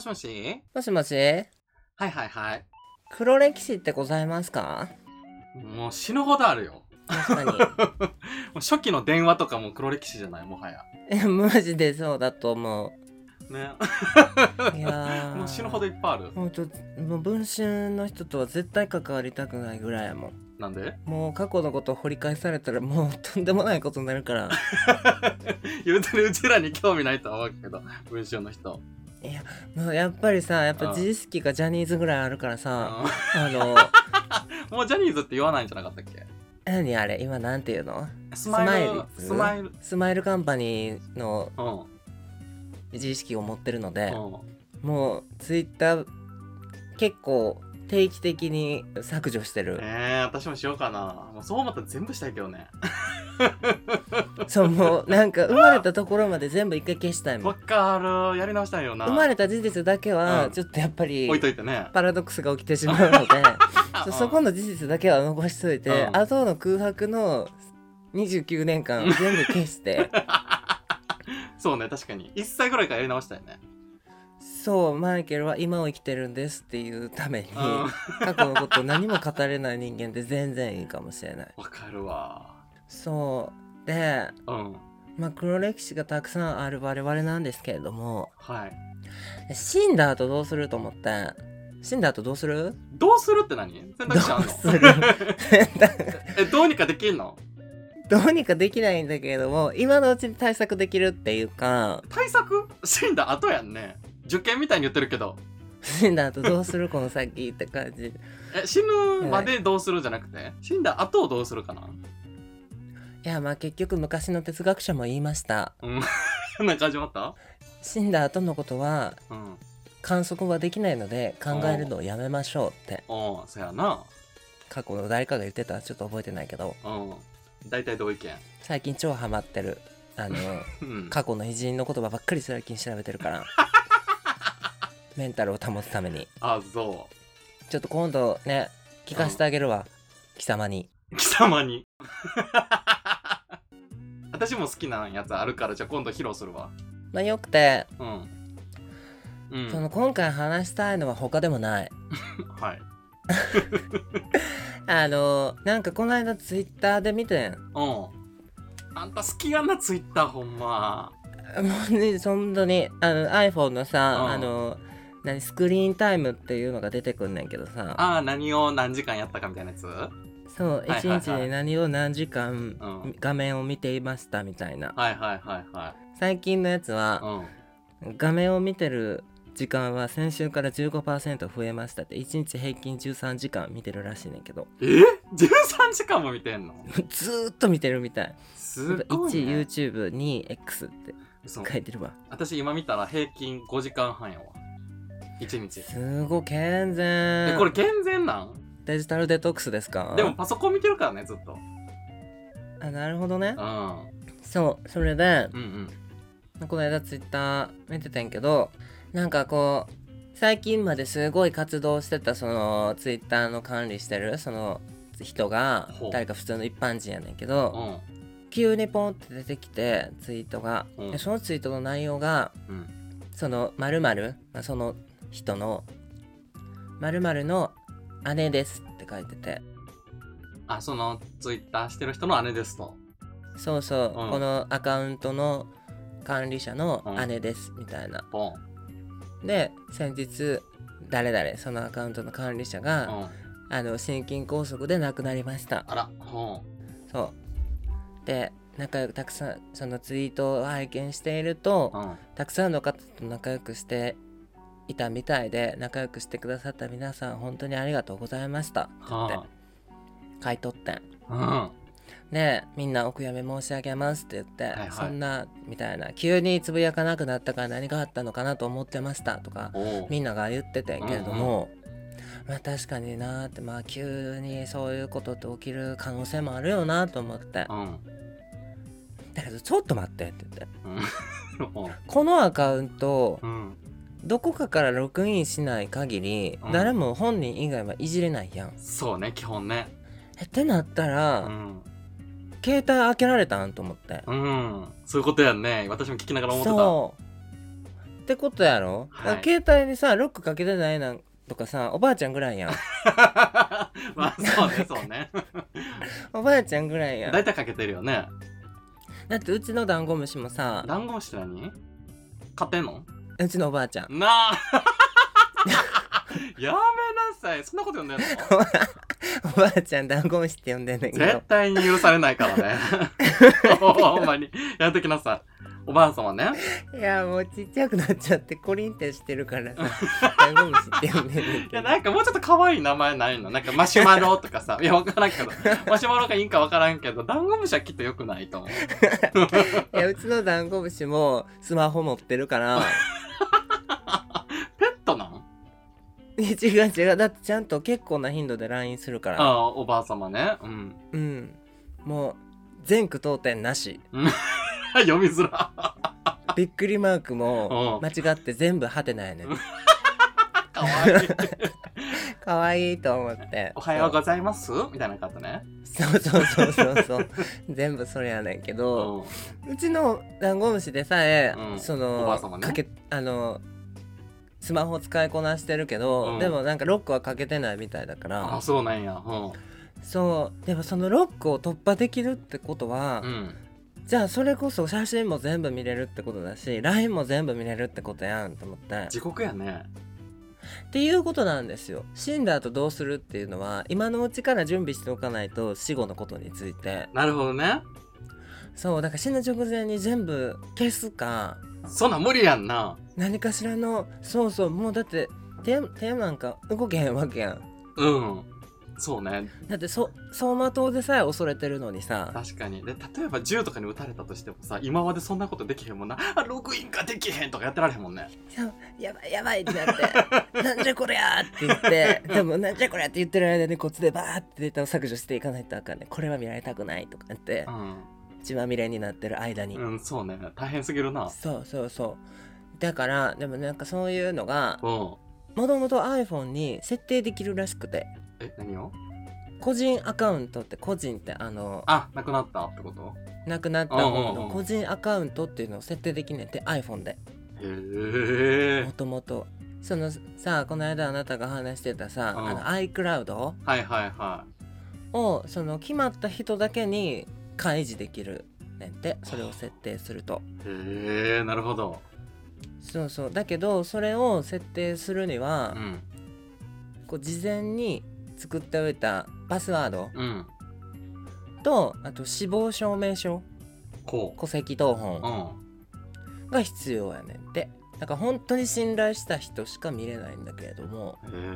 もしもし。 もしもし、 はいはいはい。 黒歴史ってございますか？ もう死ぬほどあるよ。 確かに。 もう初期の電話とかも黒歴史じゃないもはや。 マジでそうだと思ね。 う。いやもう死ぬほどいっぱいある。 ほんと、もう文春の人とは絶対関わりたくないぐらいやもん。 なんで？ もう過去のことを掘り返されたらもうとんでもないことになるから。 言うてるうちらに興味ないとは思うけど、文春の人。 いや、もうやっぱりさ、やっぱ自意識がジャニーズぐらいあるからさ、 もうジャニーズって言わないんじゃなかったっけ？ 何あれ今なんていうの？ スマイルカンパニーのうん自意識を持ってるので、 うん。 もうツイッター結構定期的に削除してる。 私もしようかな。もうそう思ったら全部したいけどね。 そう、もうなんか生まれたところまで全部一回消したいもわん。 かる。やり直したいよな。 生まれた事実だけうんはちょっとやっぱり置いといてね。 パラドックスが起きてしまうのでそこの事実だけは残しといて、 うんあとの空白の29年間全部消してそうね、確かに。1歳ぐらいからやり直したいね。 そう、マイケルは今を生きてるんですっていうためにうん過去のこと何も語れない人間で全然いいかもしれない。 わかるわ。 そうで、 うん。 まあ黒歴史がたくさんある我々なんですけれども、 はい。 死んだ後どうすると思って。死んだ後どうする？ どうするって何？選択肢あんの？ どうするどうにかできんの？ どうにかできないんだけれども、今のうちに対策できるっていうか、 対策？死んだ後やんね。受験みたいに言ってるけど。 死んだ後どうするこの先って感じ。 死ぬまでどうするじゃなくて、死んだ後をどうするかな？ いや、まあ結局昔の哲学者も言いました。 なんか始まった？ 死んだ後のことはうん。 観測はできないので考えるのをやめましょうって。 そやな。 過去の誰かが言ってたらちょっと覚えてないけど、 大体同意見。 最近超ハマってる。 うん。 過去の偉人の言葉ばっかり最近調べてるからメンタルを保つために。 そちょっと今度ね聞かせてあげるわ、貴様に。 う。貴様に。私も好きなやつあるから、じゃあ今度披露するわ。 まあよくて、 うん。 その今回話したいのは他でもない。 はい。 なんかこの間ツイッターで見てん。 あんた好きやな、ツイッターほんま。 もうね、本当にiPhone のさ、スクリーンタイムっていうのが出てくんねんけどさ、 何を何時間やったかみたいなやつ？ そう、 はいはいはい一日に何を何時間、画面を見ていましたみたいな。 はいはいはいは最近のやつは、 い。 画面を見てる時間は先週から 15% 増えましたって。1日平均13時間見てるらしいねんけど 13時間も見てんの？ ずーっと見てるみたい。 すごいね。 1 YouTube 2 X って書いてるわ。 私今見たら平均5時間半やわ、1日。 すごい健全。 これ健全なん？ デジタルデトックスですか？ でもパソコン見てるからね、ずっと。 なるほどね。 うんそう、それで、 うんこの間ツイッター見てたんやけど、なんかこう最近まですごい活動してたそのツイッターの管理してるその人が誰か普通の一般人やねんけど、急にポンって出てきてツイートが、でそのツイートの内容が、その〇〇、その人の〇〇の姉ですって書いてて、 そのツイッターしてる人の姉ですと。 そうそう、このアカウントの管理者の姉ですみたいな。で先日誰々そのアカウントの管理者が、心筋梗塞で亡くなりました。そうで仲良くたくさんそのツイートを拝見していると、たくさんの方と仲良くしていたみたいで、仲良くしてくださった皆さん本当にありがとうございましたって書いとってん。でみんなお悔やみ申し上げますって言って、そんなみたいな、急につぶやかなくなったから何があったのかなと思ってましたとかみんなが言っててんけれども、まあ確かになーって、まあ急にそういうことって起きる可能性もあるよなと思って、だけどちょっと待ってって言って、このアカウント、どこかからログインしない限り、誰も本人以外はいじれないやん。 そうね、基本ね。 ってなったら、携帯開けられたんと思って。 そういうことやんね。私も聞きながら思ってた。 そうっってことやろ、 はい、 携帯にさロックかけてないなんとかさおばあちゃんぐらいやんまあそうねそうねおばあちゃんぐらいやん。 だいたいかけてるよね。 だってうちのダンゴムシもさ、 ダンゴムシって何？買ってんの？ うちのおばあちゃんなあやめなさい、そんなこと呼んでんの？ おばあちゃんダンゴムシって呼んでんねんけど絶対に許されないからねほんまにやめときなさい。おばあ様ね。 いやもうちっちゃくなっちゃってコリンってしてるからさダンゴムシって呼んでんねんいけど。 やなんかもうちょっと可愛い名前ないの？なんかマシュマロとかさいやわからんけどマシュマロがいいんかわからんけどダンゴムシはきっと良くないと思ういやうちのダンゴムシもスマホ持ってるからペットなん？ 違う違う、だってちゃんと結構な頻度で LINE するから。 ああおばあ様ね。うんうんもう全句当店なし読みづらびっくりマークもうん間違って全部ハテナやねんかわいいかわいいと思っておはようございますみたいな方ね。 そう全部それやねんけど、うちのダンゴムシでさえ、そのおばあ様ねかけスマホ使いこなしてるけど、でもなんかロックはかけてないみたいだから。 あそうなんや。 そうでもそのロックを突破できるってことは、じゃあそれこそ写真も全部見れるってことだし LINE も全部見れるってことやんと思って。 地獄やねっていうことなんですよ。死んだ後どうするっていうのは今のうちから準備しておかないと死後のことについて。 なるほどね。 そうだから死ぬ直前に全部消すかそんなん無理やんな。 何かしらのそうもうだって手なんか動けへんわけやん。 そうね。 だって走馬灯でさえ恐れてるのにさ。 確かに。で例えば銃とかに撃たれたとしてもさ今までそんなことできへんもんな。ログインができへんとかやってられへんもんね。 やばいってなってなんじゃこりゃーって言ってでもなんじゃこりゃって言ってる間にこっちでバーってデータを削除していかないとあかんね。これは見られたくないとか言って、血まみれになってる間に。 そうね。大変すぎるな。 そうだからでもなんかそういうのがもともと iPhone に設定できるらしくて。 何を？ 個人アカウントって個人ってなくなったってこと？ なくなった方の個人アカウントっていうのを設定できんねんって iPhone で。 へえ。 もともとそのさこの間あなたが話してたさ、iCloud をその決まった人だけに開示できるねんって。それを設定すると。 へえなるほど。 そうだけどそれを設定するには、こう事前に作っておいたパスワード、とあと死亡証明書戸籍謄本が必要やねんって。だから本当に信頼した人しか見れないんだけれども。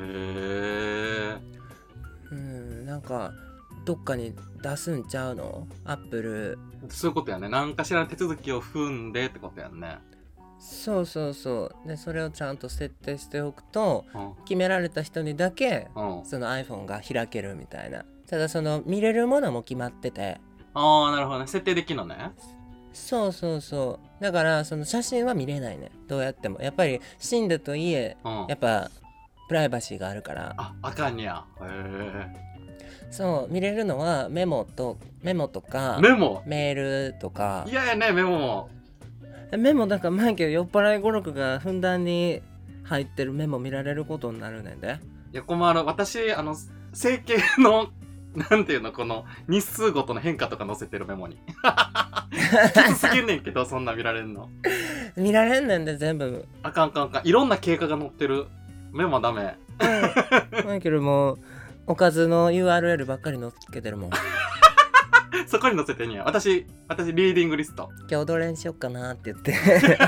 なんかどっかに出すんちゃうの？アップル。 そういうことやね。何かしらの手続きを踏んでってことやんね。 そうでそれをちゃんと設定しておくと、決められた人にだけ、その iPhone が開けるみたいな。ただその見れるものも決まってて。 なるほどね。設定できるのね。 そうだからその写真は見れないね。どうやってもやっぱり死んだといえ、やっぱプライバシーがあるから。 あかんや。 そう見れるのはメモとかメールとか。 嫌やねメモだから前けど酔っ払い語録がふんだんに入ってるメモ見られることになるねんで。 いや困る。私整形のなんていうのこの日数ごとの変化とか載せてるメモにきつすぎんねんけどそんな見られんの。 見られんねんで全部。 あかんいろんな経過が載ってるメモダメ。 前けどもうおかずの URL ばっかり載っけてるもんそこに載せてんや。私リーディングリスト。 今日どれにしよっかなって言って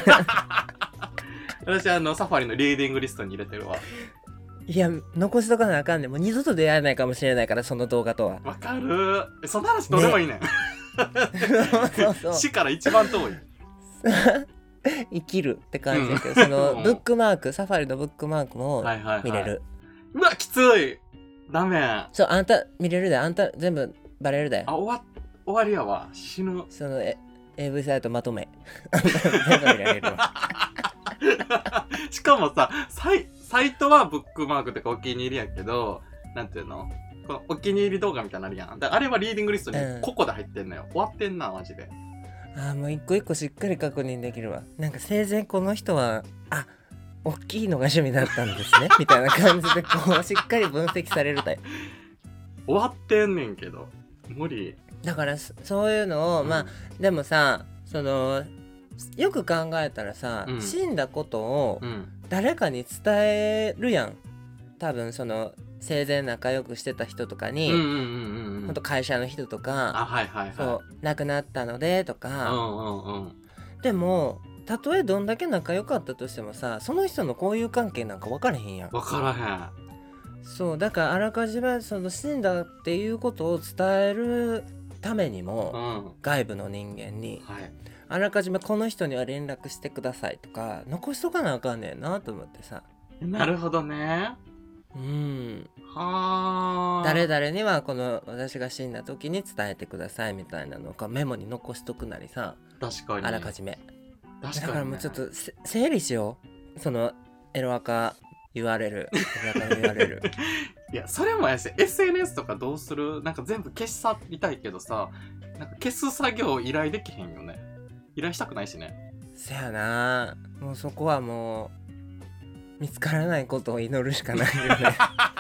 私サファリのリーディングリストに入れてるわ。 いや残しとかなあかんねん。もう二度と出会えないかもしれないからその動画とは。 わかる。そんな話どうでもいいねん、そう死から一番遠い生きるって感じだけど、そのブックマークサファリのブックマークも見れる。 うわきつい。ダメ。 そうあんた見れるで。あんた全部バレるで。 終わりやわ。死ぬ。 そのAV サイトまとめ全部見られるわしかもさサイトはブックマークとかお気に入りやけど、なんていうのこのお気に入り動画みたいなのあるやん。あれはリーディングリストに個々で入ってんのよ。終わってんなマジで。 もう一個一個しっかり確認できるわ。なんか生前この人は大きいのが趣味だったんですねみたいな感じでこうしっかり分析されるタイプ。 終わってんねんけど無理だからそういうのを、まあでもさ、そのよく考えたらさ、死んだことを誰かに伝えるやん。多分その生前仲良くしてた人とかに、ほんと会社の人とか、そう亡くなったのでとか、でもたとえどんだけ仲良かったとしてもさ、その人の交友関係なんか分からへんやん。 分からへん。 そうだからあらかじめその死んだっていうことを伝えるためにも、外部の人間に、あらかじめこの人には連絡してくださいとか残しとかなあかんねんなと思ってさ。 なるほどね。はあ。 誰々にはこの私が死んだ時に伝えてくださいみたいなのかメモに残しとくなりさ。 確かに。 あらかじめ。 確かに、ね。 だからもうちょっと整理しよう。そのエロアカ言われる。 いやそれもやし SNS とかどうする？なんか全部消し去りたいけどさ、なんか消す作業依頼できへんよね。依頼したくないしね。 せやな。もうそこはもう見つからないことを祈るしかないよね。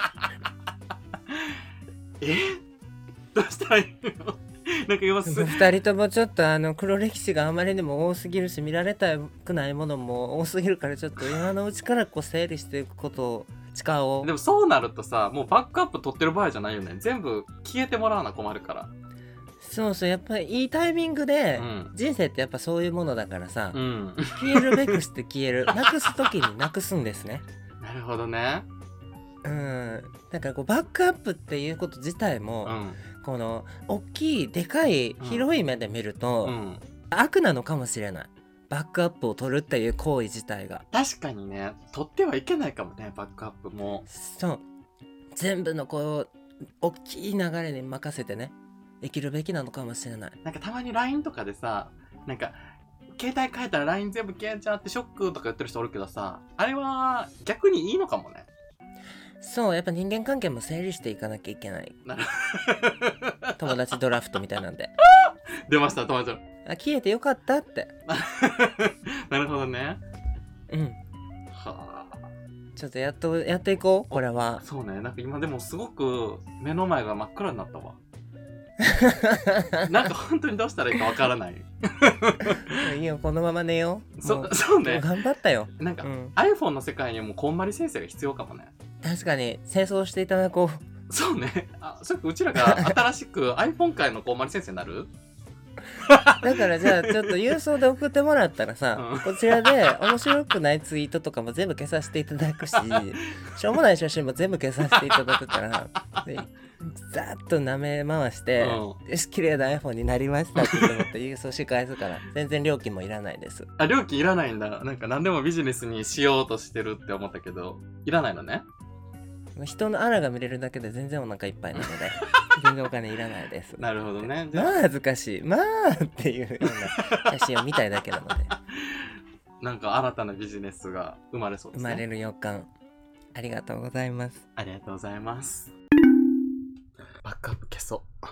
どうしたらいいの？なんか今 2人ともちょっと黒歴史があまりにも多すぎるし見られたくないものも多すぎるから、ちょっと今のうちからこう整理していくことを誓おう。 でもそうなるとさ、もうバックアップ取ってる場合じゃないよね。全部消えてもらわな困るから。 そうそう、やっぱりいいタイミングで、人生ってやっぱそういうものだからさ、消えるべくして消える。なくす時になくすんですね。 なるほどね。 だからこうバックアップっていうこと自体も、この大きいでかい広い目で見ると、悪なのかもしれない。バックアップを取るっていう行為自体が。 確かにね、取ってはいけないかもね、バックアップも。 そう、全部のこう大きい流れに任せてね生きるべきなのかもしれない。 なんかたまに LINE とかでさ、なんか携帯変えたら LINE 全部消えちゃってショックとか言ってる人おるけどさ、あれは逆にいいのかもね。 そう、やっぱ人間関係も整理していかなきゃいけない。友達ドラフトみたいなんで。 出ました、友達。 消えてよかったって。 なるほどね。 はあ。ちょっとやっていこう、これは。 そうね、なんか今でもすごく目の前が真っ暗になったわ。なんか本当にどうしたらいいかわからない。 いいよ、このまま寝よう。 そうね。 頑張ったよ。 なんか、iPhone の世界にもこんまり先生が必要かもね。 確かに清掃していただこう。そうね。さっきうちらが新しく iPhone 界のこんまり先生になる？ だからじゃあちょっと郵送で送ってもらったらさ、こちらで面白くないツイートとかも全部消させていただくし、しょうもない写真も全部消させていただくからざーっと舐め回して、よし綺麗な iPhone になりましたって思って郵送し返すから、全然料金もいらないです。 料金いらないんだ。なんか何でもビジネスにしようとしてるって思ったけど、いらないのね。 人のアラが見れるだけで全然お腹いっぱいなので全然お金いらないです。 なるほどね。 まあ恥ずかしい、まあっていうような写真を見たいだけなのでなんか新たなビジネスが生まれそうですね。 生まれる予感。ありがとうございます。 ありがとうございます。バックアップ消そう。